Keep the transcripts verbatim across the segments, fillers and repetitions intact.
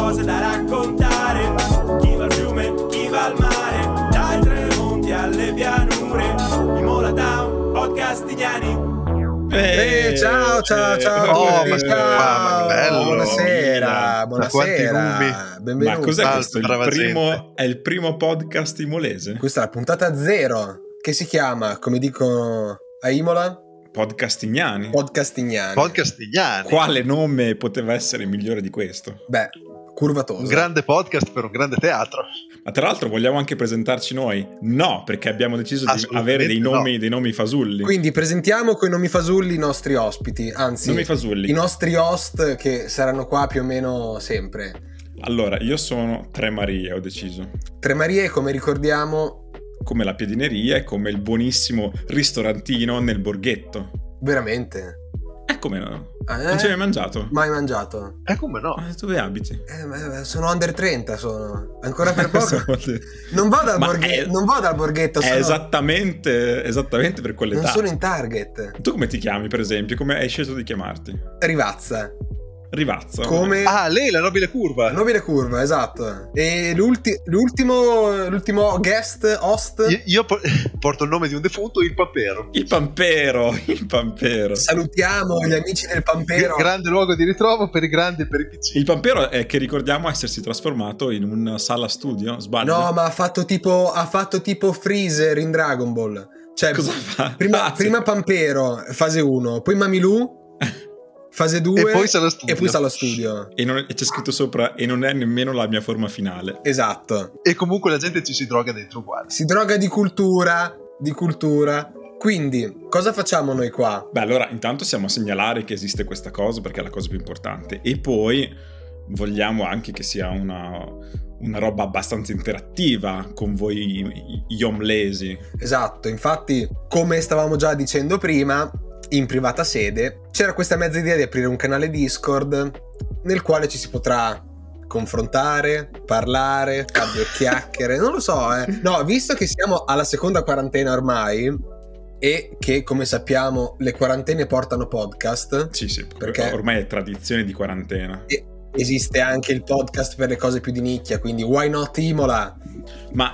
cose da raccontare. Chi va al fiume, chi va al mare, dai Tremonti alle pianure. Imola Town, podcastignani. Eh, ciao ciao ciao Oh, tutti, ma ciao, bello. buonasera, Da quanti buonasera, benvenuti. Ma cos'è Salve, questo? Il brava primo, gente. è il primo podcast imolese? Questa è la puntata zero, che si chiama, come dicono a Imola, Podcastignani. Podcastignani. Podcastignani. Quale nome poteva essere migliore di questo? Beh, curvatoso. Un grande podcast per un grande teatro. Ma tra l'altro vogliamo anche presentarci noi? No, perché abbiamo deciso di Assolutamente avere dei nomi, no. dei nomi fasulli. Quindi presentiamo coi nomi fasulli i nostri ospiti, anzi Nomi fasulli. i nostri host che saranno qua più o meno sempre. Allora, io sono Tre Marie, ho deciso. Tre Marie, come ricordiamo, Come la piadineria e come il buonissimo ristorantino nel borghetto. veramente. E come no? Eh? Non ci hai mai mangiato? Mai mangiato. E come no? Ma dove abiti? Eh, ma sono under trenta, sono ancora per poco. Cosa vuol dire? Non vado al, Ma borghe- è- non vado al borghetto, È sono... esattamente, esattamente per quell'età. non sono in target. Tu come ti chiami, per esempio? Come hai scelto di chiamarti? Rivazza. Rivazzo. Come Ah, lei, la nobile curva. nobile curva, esatto. E l'ulti- l'ultimo, l'ultimo guest host. Io, io po- porto il nome di un defunto, il Pampero. Il Pampero, il Pampero. Salutiamo gli amici del Pampero. Grande luogo di ritrovo per i grandi e per i piccini. Il Pampero è che ricordiamo essersi trasformato in una sala studio, sbaglio? No, ma ha fatto tipo ha fatto tipo Freezer in Dragon Ball. Cioè, Cosa fa? prima, Ah, sì. prima Pampero, fase uno, poi Mamilu, fase due, E poi Sala Studio. e poi Sala Studio. E, non, e c'è scritto sopra e non è nemmeno la mia forma finale. Esatto. E comunque la gente ci si droga dentro uguale. Si droga di cultura, di cultura. Quindi, cosa facciamo noi qua? Beh, allora intanto siamo a segnalare che esiste questa cosa perché è la cosa più importante. E poi vogliamo anche che sia una, una roba abbastanza interattiva con voi gli omlesi. Esatto, infatti, come stavamo già dicendo prima, in privata sede, c'era questa mezza idea di aprire un canale Discord nel quale ci si potrà confrontare, parlare, fare due chiacchiere, non lo so, eh. No, visto che siamo alla seconda quarantena ormai e che, come sappiamo, le quarantene portano podcast, Sì, sì, Perché? ormai è tradizione di quarantena. e esiste anche il podcast per le cose più di nicchia, quindi why not Imola? Ma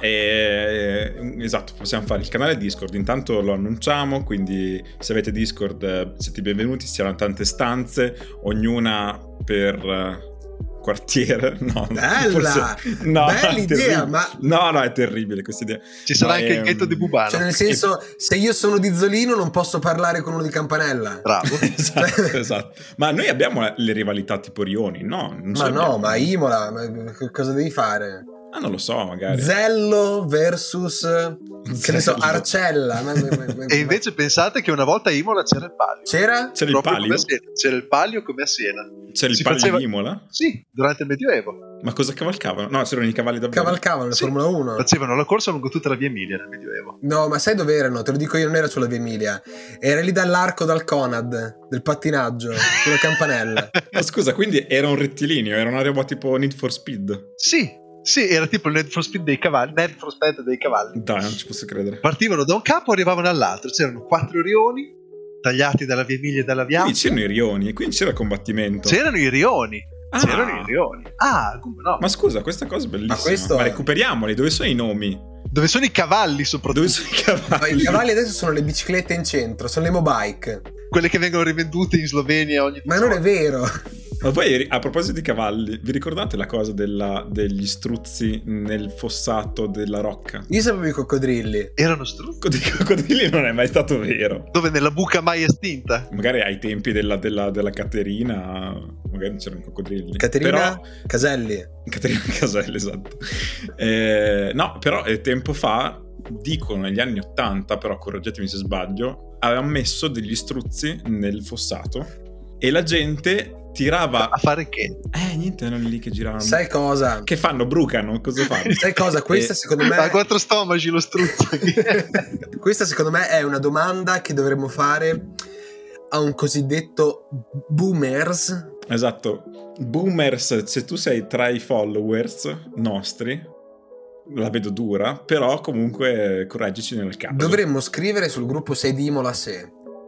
eh, esatto, possiamo fare il canale Discord, intanto lo annunciamo, quindi se avete Discord eh, siete benvenuti, ci saranno tante stanze, ognuna per eh, quartiere. No, Bella! forse- no, Bella è idea, terribile. ma- No, no, è terribile questa idea. Ci sarà No, anche il ehm, ghetto di Bubano. Cioè, nel senso, se io sono di Zolino non posso parlare con uno di Campanella. Bravo. Esatto, esatto. Ma noi abbiamo le rivalità tipo Rioni, no? Non ce Ma no, l'abbiamo. ma Imola, ma che cosa devi fare? Ah, non lo so, magari. Zello versus, che ne so, Zello. Arcella. Ma- ma- ma- ma- E invece pensate che una volta a Imola c'era il palio. c'era? C'era il Proprio palio? come a Siena. C'era il palio come a Siena. C'era il Si palio faceva- di Imola? Sì, durante il Medioevo. Ma cosa cavalcavano? No, c'erano i cavalli davvero. Cavalcavano la Sì. Formula uno. Facevano la corsa lungo tutta la via Emilia nel Medioevo. No, ma sai dove erano? Te lo dico io, non era sulla via Emilia. Era lì dall'arco dal Conad, del pattinaggio, sulla Campanella. Ma scusa, quindi era un rettilineo, era una roba tipo Need for Speed. Sì, sì, era tipo il Need for Speed dei cavalli, Need for Speed dei cavalli. Dai, non ci posso credere. Partivano da un capo e arrivavano all'altro. C'erano quattro rioni tagliati dalla via Emilia e dalla via Quindi Appia. c'erano i rioni e quindi c'era combattimento. C'erano i rioni. Ah. C'erano i rioni. Ah, come no? Ma scusa, questa cosa è bellissima. Ma questo è- recuperiamoli, dove sono i nomi? Dove sono i cavalli soprattutto? Dove sono i Ma cavalli? i cavalli adesso sono le biciclette in centro, sono le mobike. Quelle che vengono rivendute in Slovenia ogni Ma non è vero. Ma poi, a proposito di cavalli, vi ricordate la cosa della- degli struzzi nel fossato della rocca? Io sapevo i coccodrilli. Erano struzzi. Con i coccodrilli non è mai stato vero. Dove nella buca mai estinta. Magari ai tempi della, della, della Caterina, magari c'erano i coccodrilli. Caterina Però, Caselli. Caterina Caselli, esatto. Eh, no, però eh, tempo fa, dicono negli anni ottanta, però correggetemi se sbaglio, avevano messo degli struzzi nel fossato e la gente tirava... A fare che? Eh, niente, erano lì che giravano. Sai cosa? Che fanno? Brucano? Cosa fanno? Sai cosa? Questa Eh, secondo me Ha quattro stomaci lo struzzo. Questa secondo me è una domanda che dovremmo fare a un cosiddetto boomers. Esatto. Boomers, se tu sei tra i followers nostri, la vedo dura, però comunque correggici nel caso. Dovremmo scrivere sul gruppo sei di Imola se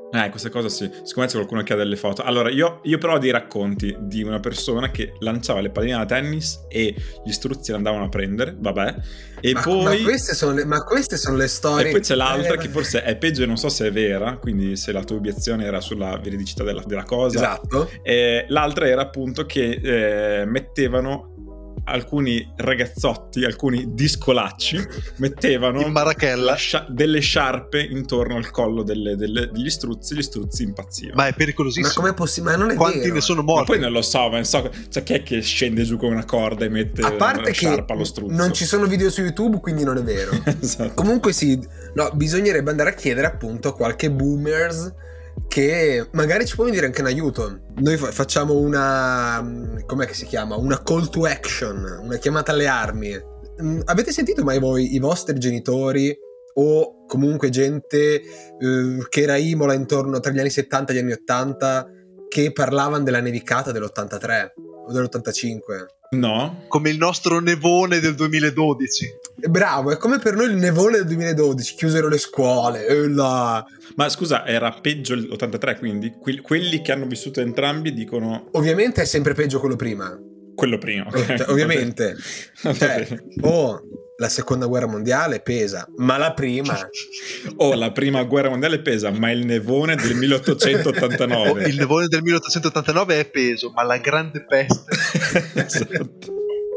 Eh, questa cosa sì, siccome c'è qualcuno che ha delle foto. Allora, io, io però ho dei racconti di una persona che lanciava le palline da tennis e gli struzzi le andavano a prendere, vabbè. E ma, poi... ma, queste sono le, ma queste sono le storie. E poi c'è l'altra eh, che forse è peggio e non so se è vera, quindi se la tua obiezione era sulla veridicità della, della cosa. Esatto. E l'altra era appunto che eh, mettevano... alcuni ragazzotti, alcuni discolacci mettevano in Marachella scia- delle sciarpe intorno al collo delle, delle, degli struzzi, gli struzzi impazzivano. ma è pericolosissimo. Ma com'è possibile? Ma non è Quanti vero. ne sono Ma morti? poi non lo so, ma non so, cioè chi è che scende giù con una corda e mette A parte una che sciarpa allo struzzo? non ci sono video su YouTube, quindi non è vero. Esatto. Comunque sì, no, bisognerebbe andare a chiedere appunto a qualche boomers che magari ci può venire anche in aiuto. Noi fa- facciamo una, com'è che si chiama? Una call to action, una chiamata alle armi. Mm, avete sentito mai voi i vostri genitori o comunque gente eh, che era Imola intorno tra gli anni settanta e gli anni ottanta che parlavano della nevicata dell'ottantatré o dell'ottantacinque? No? Come il nostro nevone del duemiladodici. Bravo, è come per noi il nevone del duemiladodici, chiusero le scuole, e là. Ma scusa, era peggio l'ottantatré, quindi? Que- quelli che hanno vissuto entrambi dicono Ovviamente è sempre peggio quello prima. quello prima, ok? Cioè, ovviamente. Va Cioè, bene. oh, la seconda guerra mondiale pesa, ma la prima... Oh, la prima guerra mondiale pesa, ma il nevone del Oh, milleottocentottantanove. il nevone del milleottocentottantanove è peso, ma la grande peste. Esatto.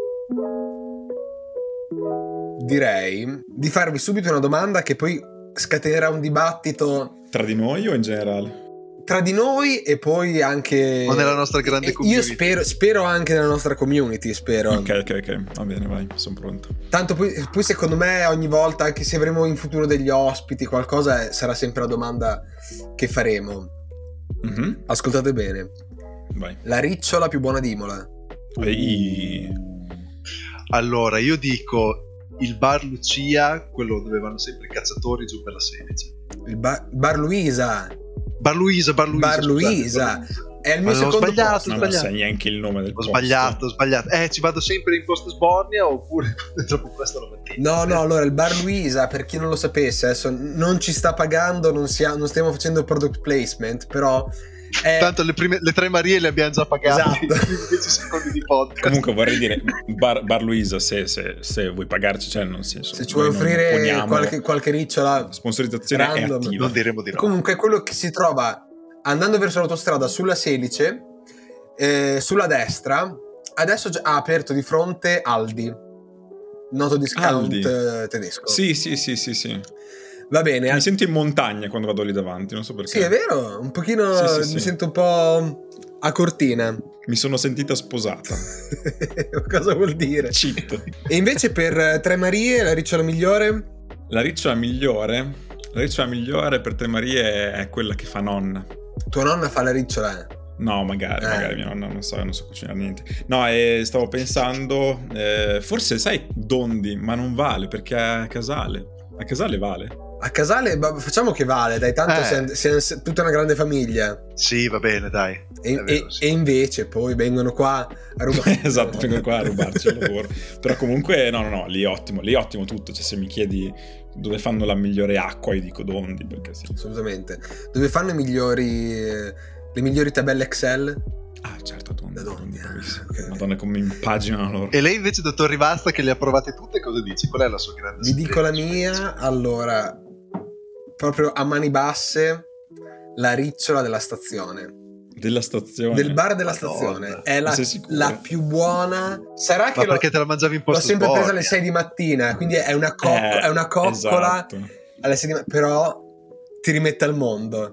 Direi di farvi subito una domanda che poi scatenerà un dibattito Tra di noi o in generale? tra di noi e poi anche... O nella nostra grande e community. Io spero, spero anche nella nostra community, spero. Ok, ok, ok, va bene, vai, sono pronto. Tanto poi, poi secondo me ogni volta, anche se avremo in futuro degli ospiti, qualcosa eh, sarà sempre la domanda che faremo. Mhm, Ascoltate bene. vai. La ricciola più buona di Imola. Ehi. Allora, io dico il bar Lucia, quello dove vanno sempre i cazzatori giù per la sedici. Il ba- Bar Luisa. Bar Luisa, Bar Luisa. Bar scusate, Luisa. Bar Luisa. È il Ma mio non ho secondo sbagliato, posto. Ma non sbagliato. sai neanche il nome del Ho posto. sbagliato, ho sbagliato. Eh, ci vado sempre in post Sbornia oppure è troppo presto la mattina. No, no, allora il Bar Luisa, per chi non lo sapesse, adesso non ci sta pagando, non, sia- non stiamo facendo product placement, però è... Tanto le, prime, le tre Marie le abbiamo già pagate. Esatto. dieci secondi di podcast. Comunque vorrei dire, Bar, Bar Luisa, se, se, se vuoi pagarci, cioè non senso. se ci vuoi offrire qualche, qualche ricciola sponsorizzazione è random. attiva. Non diremo di no. Comunque è quello che si trova andando verso l'autostrada sulla Selice, eh, sulla destra. Adesso già- ha aperto di fronte Aldi, noto discount Aldi. eh, tedesco. Sì, sì, sì, sì, sì. Va bene. Mi sento in montagna quando vado lì davanti, non so perché. Sì, è vero, un pochino Sì, sì, mi sì. sento un po' a Cortina. Mi sono sentita sposata. Cosa vuol dire? Cheat. E invece per eh, Tre Marie, la ricciola migliore? La ricciola migliore, la ricciola migliore per Tre Marie è quella che fa nonna. Tua nonna fa la ricciola, eh? No, magari, Eh. magari mia nonna non so, non so cucinare niente. No, e stavo pensando, eh, forse sai Dondi, ma non vale perché è a Casale. A Casale vale. A Casale, ma facciamo che vale, dai, tanto Eh. siamo, siamo se- tutta una grande famiglia. Sì, va bene, dai. E, È vero, e- sì. e invece poi vengono qua a rubare. Esatto, vengo qua a rubarci il lavoro. Però comunque, no, no, no, lì è ottimo, lì è ottimo tutto. Cioè, se mi chiedi dove fanno la migliore acqua, io dico Dondi, perché sì. Assolutamente. Dove fanno i migliori, eh, le migliori tabelle Excel? Ah, certo, Dondi, Da Dondi, Dondi, ah, bravissimo. ok. Madonna, come impaginano loro. E lei invece, dottor Rivasta, che le ha provate tutte, cosa dice? Qual è la sua grande Vi dico la esperienza? mia, allora, proprio a mani basse, la ricciola della stazione. Della stazione. Del bar della Madonna. stazione. È la, Ma sei sicuro? la più buona. Sarà che Ma l'ho, perché te la mangiavi in l'ho posto sempre presa alle Sbornia? sei di mattina, quindi è una, co- Eh, è una coccola esatto. alle sei di mattina, però ti rimette al mondo.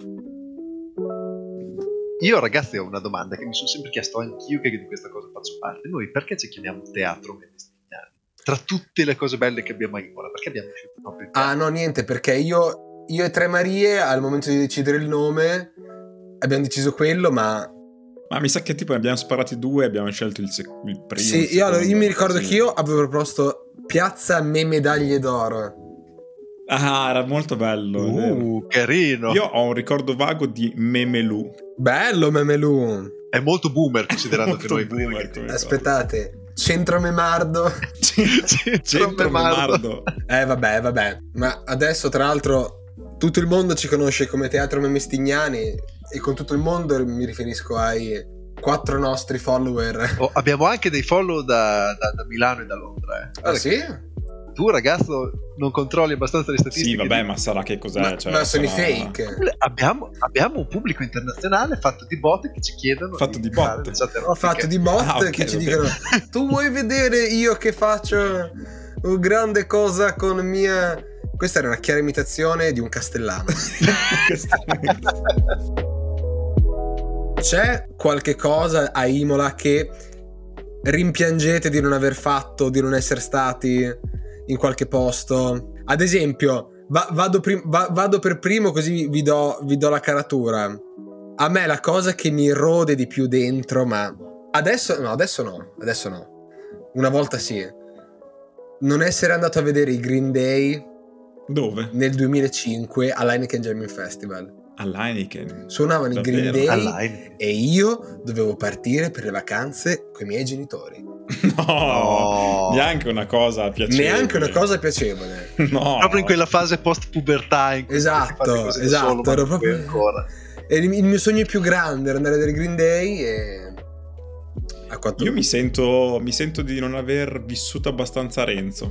Io, ragazzi, ho una domanda che mi sono sempre chiesto anch'io, che di questa cosa faccio parte. Noi perché ci chiamiamo Teatro Mendestignani? Tra tutte le cose belle che abbiamo a Imola, perché abbiamo scelto proprio il Ah teatro? no, niente, perché io, io e Tre Marie al momento di decidere il nome abbiamo deciso quello, ma Ma mi sa che tipo ne abbiamo sparati due e abbiamo scelto il, sec- il primo. il sì, io, secondo, allora, io mi ricordo così. che io avevo proposto Piazza Me Medaglie d'Oro. Ah, era molto bello. è vero. Uh, carino. Io ho un ricordo vago di Memelu. Bello Memelù. È molto boomer, considerando che Molto noi boomer, come Aspettate, Centro Memardo. Centro Centro Memardo. Memardo. Eh vabbè, vabbè. Ma adesso tra l'altro tutto il mondo ci conosce come Teatro Mestignani, e con tutto il mondo mi riferisco ai quattro nostri follower. Oh, abbiamo anche dei follow da, da, da Milano e da Londra. Eh. Ah sì? Tu ragazzo non controlli abbastanza le statistiche. Sì, vabbè, di... ma sarà che cos'è? Ma, cioè, ma sono sarà... i fake. Abbiamo, abbiamo un pubblico internazionale fatto di bot che ci chiedono fatto di, di bot. Fatto di bot ah, okay, che ci okay. dicono: tu vuoi vedere io che faccio una grande cosa con mia... Questa era una chiara imitazione di un castellano. C'è qualche cosa a Imola che rimpiangete di non aver fatto, di non essere stati in qualche posto? Ad esempio, va, vado, prim, va, vado per primo, così vi do, vi do la caratura. A me la cosa che mi rode di più dentro, ma adesso no, adesso no, adesso no. Una volta sì. Non essere andato a vedere i Green Day. Dove? Nel duemilacinque all'Heineken Jamming Festival. All'Heineken? Suonavano i Green Day All'Heineken. e io dovevo partire per le vacanze con i miei genitori. No, No. neanche una cosa piacevole. Neanche una cosa piacevole. No. Proprio in quella fase post pubertà in cui Esatto, fate cose da esatto, solo, ma ero non puoi proprio- ancora. E il il mio sogno più grande era andare a vedere i Green Day e... A quanto... Io mi sento, mi sento di non aver vissuto abbastanza Renzo.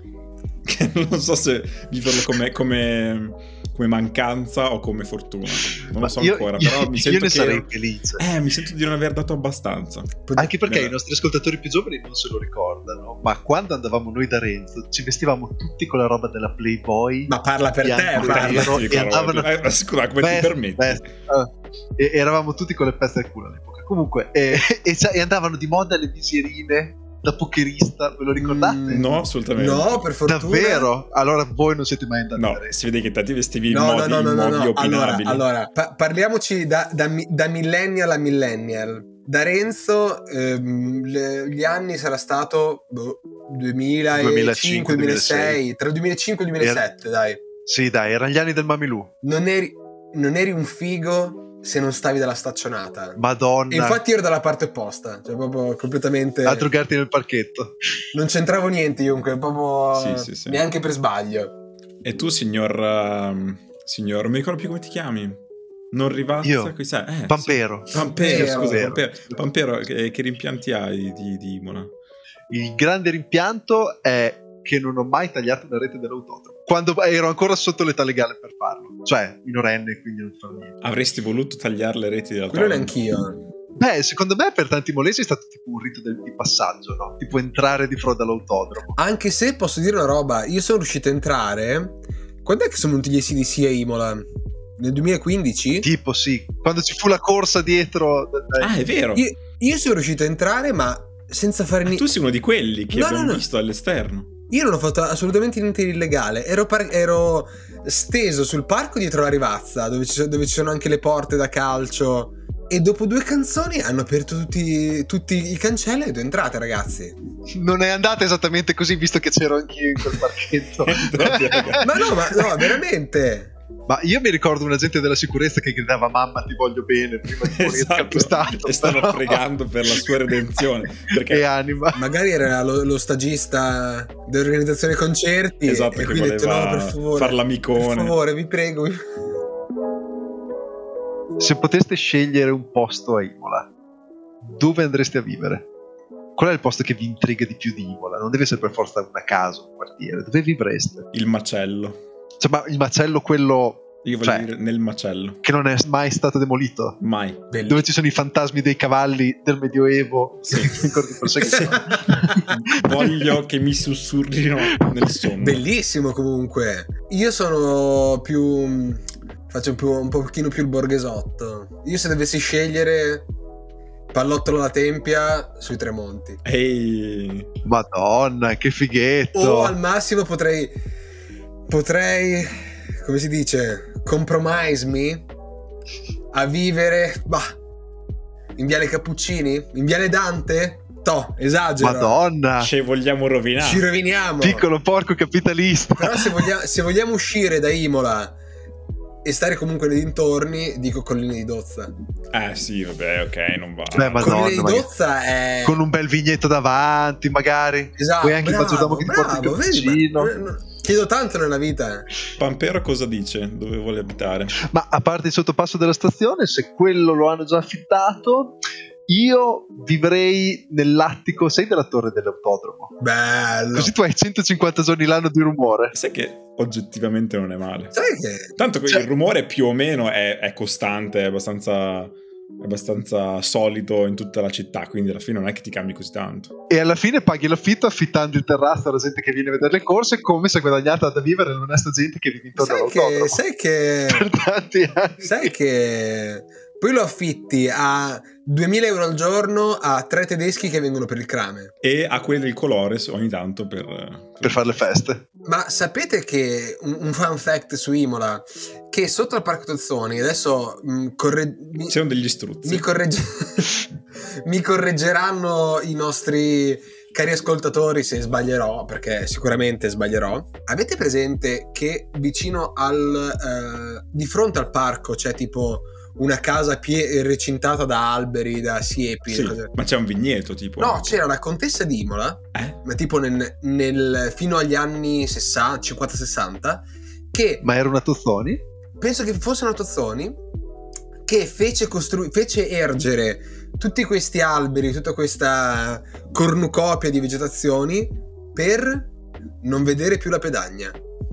Che non so se viverlo come, come, come mancanza o come fortuna. Non lo so io, ancora, io, però mi io sento ne che... sarei felice. Eh, mi sento di non aver dato abbastanza. Anche perché Beh. i nostri ascoltatori più giovani non se lo ricordano, ma quando andavamo noi da Renzo ci vestivamo tutti con la roba della Playboy. Ma parla per te, bianco e parla. nero, Sì, e caro, andavano eh, scusa, come Best, ti permetti? best. Ah, e eravamo tutti con le peste al culo all'epoca. Comunque, e, e, e andavano di moda le visierine da pokerista, ve lo ricordate? Mm, No, assolutamente. No, per fortuna. Davvero? Allora voi non siete mai andati No, da Renzo. si vede che te ti vestivi in No, modi, no, no, in no, modi no. Allora, opinabili. allora pa- parliamoci da, da, mi- da millennial a millennial. Da Renzo ehm, le- gli anni sarà stato boh, duemilacinque duemilasei, tra il duemilacinque e il duemilasette, dai. Sì, dai, erano gli anni del Mamilù. Non eri, non eri un figo se non stavi dalla staccionata. Madonna. E infatti io ero dalla parte opposta, cioè proprio completamente... A drogarti nel parchetto. Non c'entravo niente io, comunque, proprio Sì, sì, sì. neanche per sbaglio. E tu, signor... ehm, signor, non mi ricordo più come ti chiami. Non Rivazza? Io? Qui sei? Eh, Pampero. sì. Pampero, Pampero. scusa, Pampero. Pampero, che, che rimpianti hai di, di Imola? Il grande rimpianto è che non ho mai tagliato una rete dell'autodromo. Quando ero ancora sotto l'età legale per farlo. Cioè, minorenne, quindi non fa niente. Avresti voluto tagliare le reti della Quello neanch'io. Beh, secondo me per tanti molesi è stato tipo un rito del- di passaggio, no? Tipo entrare di fronte all'autodromo. Anche se posso dire una roba, io sono riuscito a entrare. Quando è che sono venuti gli A C D C a Imola? Nel duemilaquindici? Tipo, sì. Quando ci fu la corsa dietro... dai- Ah, è vero. Io, io sono riuscito a entrare, ma senza fare Ah, niente. tu sei uno di quelli che No, abbiamo no, no. visto all'esterno. Io non ho fatto assolutamente niente di illegale. Ero, par- ero steso sul parco dietro la Rivazza, dove ci, so- dove ci sono anche le porte da calcio. E dopo due canzoni hanno aperto tutti, tutti i cancelli ed entrate, ragazzi. Non è andata esattamente così, visto che c'ero anch'io in quel parchetto. Entrate, ragazzi. Ma no, ma no, veramente. Ma io mi ricordo un agente della sicurezza che gridava mamma ti voglio bene prima di morire Esatto. calpestato, E stanno però- pregando per la sua redenzione. Che Perché anima. Magari era lo, lo stagista dell'organizzazione concerti. esatto, e che quindi ha detto, voleva no, per favore, far l'amicone. per favore, vi prego. Se poteste scegliere un posto a Imola, dove andreste a vivere? Qual è il posto che vi intriga di più di Imola? Non deve essere per forza una casa, un quartiere. Dove vivreste? Il macello. Cioè, ma il macello quello Io voglio Cioè- dire nel macello. che non è mai stato demolito? Mai. Bellissimo. Dove ci sono i fantasmi dei cavalli del Medioevo Sì. che ancora ti perseguono? Voglio che mi sussurrino nel sonno. Bellissimo comunque. Io sono più... Faccio più, un pochino più il borghesotto. Io se dovessi scegliere pallottolo alla Tempia sui Tremonti. Ehi. Madonna, che fighetto! O al massimo potrei... Potrei... Come si dice? Compromise me a vivere... Bah, in Viale Cappuccini? In Viale Dante? Toh, esagero. Madonna! Ci vogliamo rovinare. Ci roviniamo. Piccolo porco capitalista. Però se vogliamo, se vogliamo uscire da Imola e stare comunque nei dintorni, dico Colline di Dozza. Eh sì, vabbè, ok, non va. Beh, Madonna, Colline di magari. Dozza è... Con un bel vigneto davanti, magari. Esatto, Poi anche il bravo, maggiordomo che ti porta il bravo, vedi, cappuccino. ma- no, Chiedo tanto nella vita. Pampero cosa dice? Dove vuole abitare? Ma a parte il sottopasso della stazione, se quello lo hanno già affittato, io vivrei nell'attico, sei della torre dell'autodromo. Bello. Così tu hai centocinquanta giorni l'anno di rumore. Sai che oggettivamente non è male. Sai che... Tanto Cioè- il rumore più o meno è, è costante, è abbastanza, è abbastanza solito in tutta la città, quindi alla fine non è che ti cambi così tanto. E alla fine paghi l'affitto affittando il terrazzo alla gente che viene a vedere le corse, come se guadagnata da vivere l'onesta gente che vive intorno Sai all'autodromo. che... Sai che... Per tanti anni. Sai che... Poi lo affitti a duemila euro al giorno a tre tedeschi che vengono per il crame. E a quelli del colore ogni tanto per... Per fare le feste. Ma sapete che un, un fun fact su Imola, che sotto al Parco Tozzoni, adesso mh, corre, mi, C'erano degli struzzi. mi, corregge, mi correggeranno i nostri cari ascoltatori se sbaglierò, perché sicuramente sbaglierò. Avete presente che vicino al eh, di fronte al parco c'è tipo una casa pie- recintata da alberi, da siepi? Sì, cose- ma c'è un vigneto tipo. No, c'era la contessa di Imola, Eh? ma tipo nel, nel- fino agli anni sessanta, cinquanta sessanta, che Ma era una Tozzoni? penso che fosse una Tozzoni, che fece, costru- fece ergere tutti questi alberi, tutta questa cornucopia di vegetazioni per non vedere più la pedagna.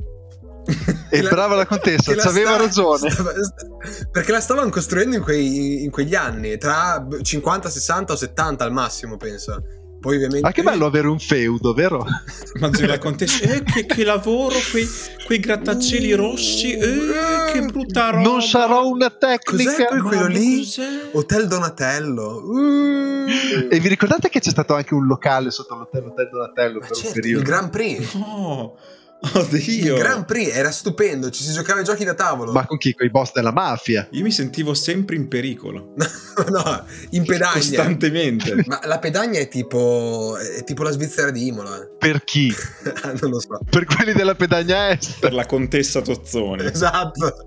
E La- brava la contessa, che la aveva sta- ragione. stava- perché la stavano costruendo in, quei, in quegli anni, tra cinquanta, sessanta o settanta al massimo, penso. Poi ovviamente... Ma che bello avere un feudo, vero? Immagino la contessa. Eh, che, che lavoro, quei, quei grattacieli rossi. Eh, che brutta roba. Non sarò una tecnica. Cos'è poi quello Mamma, lì? cos'è? Hotel Donatello. Uh. E vi ricordate che c'è stato anche un locale sotto l'hotel Hotel Donatello Ma per certo, un periodo? il Grand Prix. No. Il Oddio. Grand Prix era stupendo, ci si giocava ai giochi da tavolo. Ma con chi? Con i boss della mafia? Io mi sentivo sempre in pericolo. No, in pedagna. Costantemente. Ma la pedagna è tipo è tipo la Svizzera di Imola. Per chi? Non lo so. Per quelli della pedagna est. Per la contessa Tozzoni. Esatto.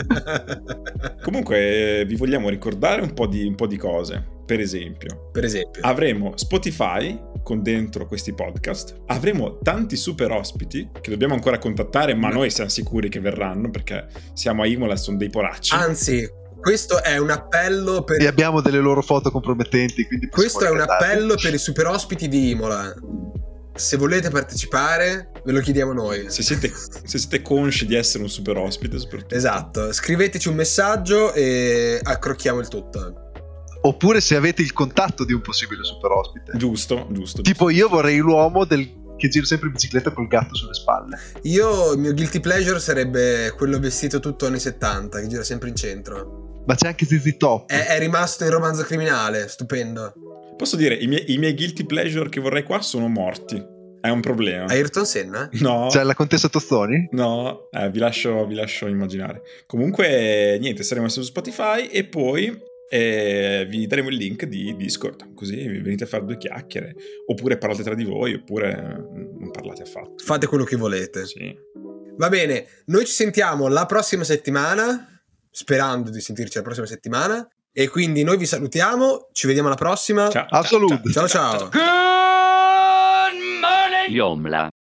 Comunque eh, vi vogliamo ricordare un po' di, un po' di cose. Per esempio, Per esempio. avremo Spotify con dentro questi podcast, avremo tanti super ospiti che dobbiamo ancora contattare, ma noi siamo sicuri che verranno perché siamo a Imola e sono dei poracci. Anzi, questo è un appello per E abbiamo delle loro foto compromettenti, quindi possiamo questo è un ricordarvi. appello per i super ospiti di Imola. Se volete partecipare, ve lo chiediamo noi. Se siete, se siete consci di essere un super ospite, soprattutto. Esatto, scriveteci un messaggio e accrocchiamo il tutto. Oppure se avete il contatto di un possibile super ospite. Giusto, giusto. Tipo io vorrei l'uomo del... che gira sempre in bicicletta col gatto sulle spalle. Io, il mio guilty pleasure sarebbe quello vestito tutto anni settanta, che gira sempre in centro. Ma c'è anche Z Z Top. È, è rimasto in Romanzo Criminale, stupendo. Posso dire, i miei, i miei guilty pleasure che vorrei qua sono morti. È un problema. Ayrton Senna? No. C'è la contessa Tozzoni? No, eh, vi, lascio, vi lascio immaginare. Comunque, niente, saremo su Spotify e poi eh, vi daremo il link di Discord, così venite a fare due chiacchiere. Oppure parlate tra di voi, oppure eh, non parlate affatto. Fate quello che volete. Sì. Va bene, noi ci sentiamo la prossima settimana, sperando di sentirci la prossima settimana. E quindi noi vi salutiamo, ci vediamo alla prossima. Ciao. Assolutamente. Ciao ciao. Yomla.